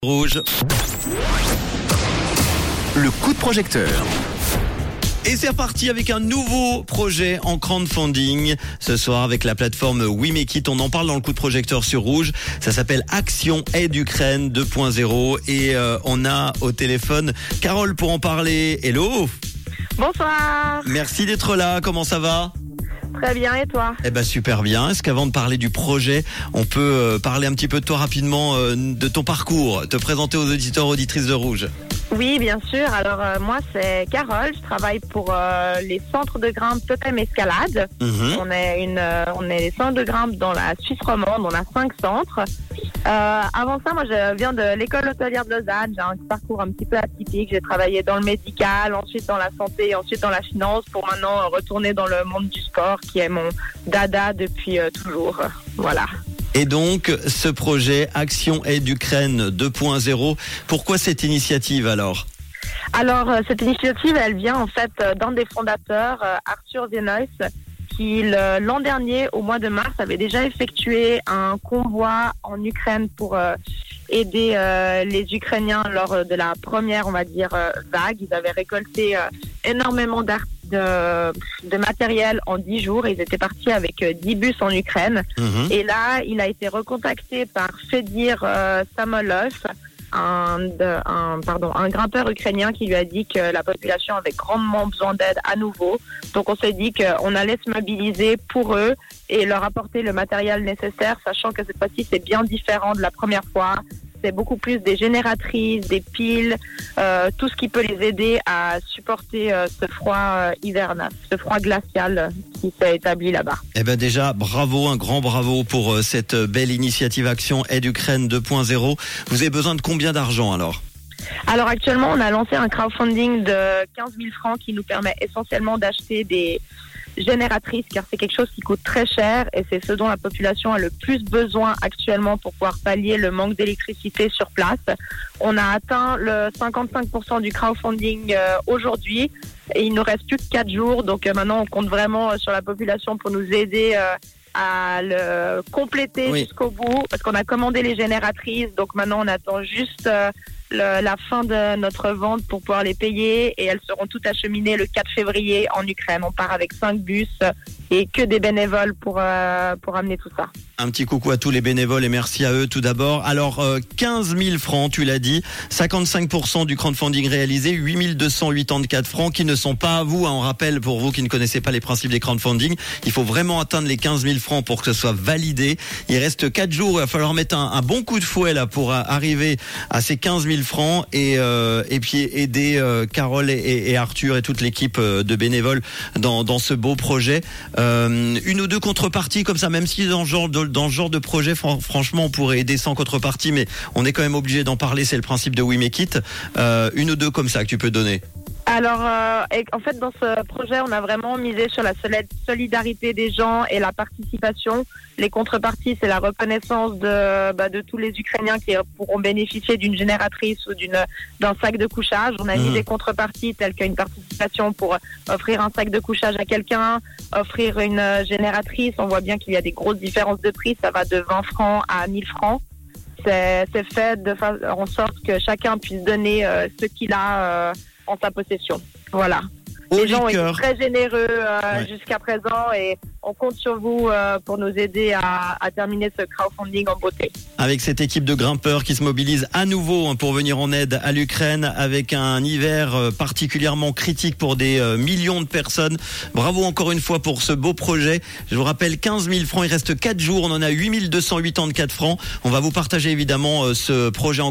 Rouge. Le coup de projecteur. Et c'est reparti avec un nouveau projet en crowdfunding. Ce soir avec la plateforme We Make It, on en parle dans le coup de projecteur sur Rouge. Ça s'appelle Action Aide Ukraine 2.0 et on a au téléphone Carole pour en parler. Hello. Bonsoir. Merci d'être là, comment ça va ? Très bien, et toi ? Eh ben super bien. Est-ce qu'avant de parler du projet, on peut parler un petit peu de toi rapidement, de ton parcours, te présenter aux auditeurs, auditrices de Rouge ? Oui, bien sûr. Alors, moi, c'est Carole. Je travaille pour les centres de grimpe Totem Escalade. On est les centres de grimpe dans la Suisse romande. On a 5 centres. Avant ça, moi, je viens de l'école hôtelière de Lausanne. J'ai un parcours un petit peu atypique. J'ai travaillé dans le médical, ensuite dans la santé, ensuite dans la finance, pour maintenant retourner dans le monde du sport, qui est mon dada depuis toujours. Voilà. Et donc, ce projet Action Aide Ukraine 2.0, pourquoi cette initiative alors ? Alors, cette initiative, elle vient en fait d'un des fondateurs, Arthur Vienois, qui l'an dernier, au mois de mars, avait déjà effectué un convoi en Ukraine pour aider les Ukrainiens lors de la première, on va dire, vague. Ils avaient récolté énormément de matériel en 10 jours. Ils étaient partis avec 10 bus en Ukraine. Et là, il a été recontacté par Fedir Samolov, un grimpeur ukrainien qui lui a dit que la population avait grandement besoin d'aide à nouveau. Donc on s'est dit qu'on allait se mobiliser pour eux et leur apporter le matériel nécessaire, sachant que cette fois-ci c'est bien différent de la première fois. C'est beaucoup plus des génératrices, des piles, tout ce qui peut les aider à supporter ce froid hivernal, ce froid glacial qui s'est établi là-bas. Eh ben déjà, bravo, un grand bravo pour cette belle initiative Action Aide Ukraine 2.0. Vous avez besoin de combien d'argent alors ? Alors actuellement, on a lancé un crowdfunding de 15 000 francs qui nous permet essentiellement d'acheter des génératrices, car c'est quelque chose qui coûte très cher et c'est ce dont la population a le plus besoin actuellement pour pouvoir pallier le manque d'électricité sur place. On a atteint le 55% du crowdfunding aujourd'hui et il nous reste plus que 4 jours, donc maintenant on compte vraiment sur la population pour nous aider à le compléter jusqu'au bout, parce qu'on a commandé les génératrices, donc maintenant on attend juste la fin de notre vente pour pouvoir les payer et elles seront toutes acheminées le 4 février en Ukraine. On part avec 5 bus et que des bénévoles pour amener tout ça. Un petit coucou à tous les bénévoles et merci à eux tout d'abord. Alors 15 000 francs, tu l'as dit, 55% du crowdfunding réalisé, 8 284 francs qui ne sont pas à vous. On rappelle pour vous qui ne connaissez pas les principes des crowdfunding, il faut vraiment atteindre les 15 000 francs pour que ce soit validé. Il reste 4 jours, il va falloir mettre un bon coup de fouet là pour arriver à ces 15 000 francs et puis aider Carole et Arthur et toute l'équipe de bénévoles dans ce beau projet. Une ou deux contreparties comme ça, même si dans ce genre de projet, franchement, on pourrait aider sans contrepartie, mais on est quand même obligé d'en parler, c'est le principe de We Make It. Une ou deux comme ça que tu peux donner. Alors, en fait, dans ce projet, on a vraiment misé sur la solidarité des gens et la participation. Les contreparties, c'est la reconnaissance de tous les Ukrainiens qui pourront bénéficier d'une génératrice ou d'un sac de couchage. On a mis des contreparties telles qu'une participation pour offrir un sac de couchage à quelqu'un, offrir une génératrice. On voit bien qu'il y a des grosses différences de prix. Ça va de 20 francs à 1000 francs. C'est fait de en sorte que chacun puisse donner ce qu'il a en sa possession. Voilà. Les gens ont été très généreux jusqu'à présent et on compte sur vous pour nous aider à terminer ce crowdfunding en beauté. Avec cette équipe de grimpeurs qui se mobilise à nouveau pour venir en aide à l'Ukraine avec un hiver particulièrement critique pour des millions de personnes. Bravo encore une fois pour ce beau projet. Je vous rappelle 15 000 francs, il reste 4 jours, on en a 8 284 francs. On va vous partager évidemment ce projet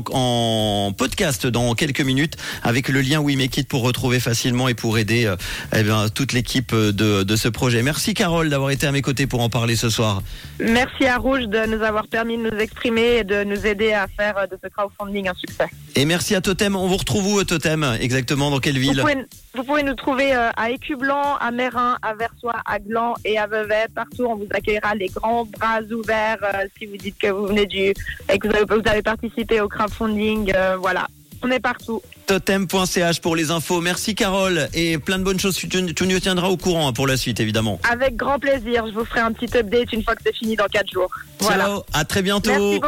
en podcast dans quelques minutes avec le lien We Make It pour retrouver facilement et pour aider toute l'équipe de ce projet. Merci Carole d'avoir été à mes côtés pour en parler ce soir. Merci à Rouge de nous avoir permis de nous exprimer et de nous aider à faire de ce crowdfunding un succès. Et merci à Totem. On vous retrouve où Totem exactement, dans quelle ville ? Vous pouvez nous trouver à Écublanc, à Meyrin, à Versoix, à Gland et à Vevey. Partout, on vous accueillera les grands bras ouverts si vous dites que vous venez et que vous avez participé au crowdfunding. Voilà. On est partout. Totem.ch pour les infos. Merci Carole et plein de bonnes choses. Tu nous tiendras au courant pour la suite évidemment. Avec grand plaisir. Je vous ferai un petit update une fois que c'est fini dans 4 jours. Ciao, voilà. À très bientôt. Merci beaucoup.